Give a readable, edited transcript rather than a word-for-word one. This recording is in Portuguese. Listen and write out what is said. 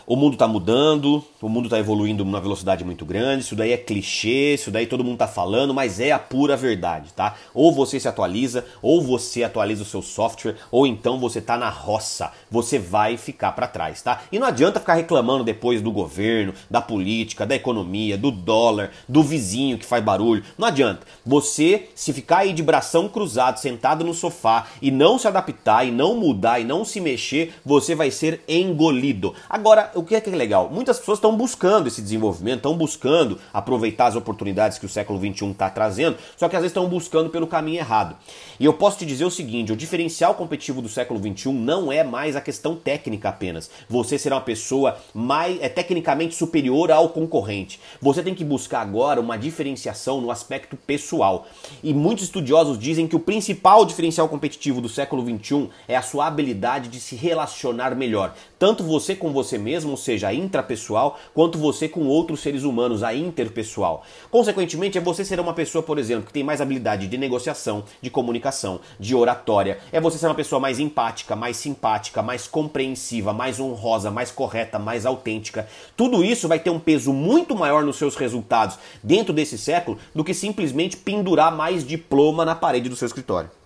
o mundo está mudando, o mundo está evoluindo numa velocidade muito grande, isso daí é clichê, isso daí todo mundo está falando, mas é a pura verdade, tá? Ou você se atualiza, ou você atualiza o seu software, ou então você tá na roça, você vai ficar para trás, tá? E não adianta ficar reclamando depois do governo, da política, da economia, do dólar, do vizinho que faz barulho, não adianta. Você, se ficar aí de bração cruzado, sentado no sofá e não se adaptar, e não mudar, e não se mexer, você vai ser engolido. Agora, o que é legal? Muitas pessoas estão buscando esse desenvolvimento, estão buscando aproveitar as oportunidades que o século XXI está trazendo, só que às vezes estão buscando pelo caminho errado. E eu posso te dizer o seguinte, o diferencial competitivo do século XXI não é mais a questão técnica apenas. Você será uma pessoa tecnicamente superior ao concorrente. Você tem que buscar agora uma diferenciação no aspecto pessoal. E muitos estudiosos dizem que o principal diferencial competitivo do século XXI é a sua habilidade de se relacionar melhor. Tanto você com você mesmo, ou seja, a intrapessoal, quanto você com outros seres humanos, a interpessoal. Consequentemente, é você ser uma pessoa, por exemplo, que tem mais habilidade de negociação, de comunicação, de oratória. É você ser uma pessoa mais empática, mais simpática, mais compreensiva, mais honrosa, mais correta, mais autêntica. Tudo isso vai ter um peso muito maior nos seus resultados dentro desse século do que simplesmente pendurar mais diploma na parede do seu escritório.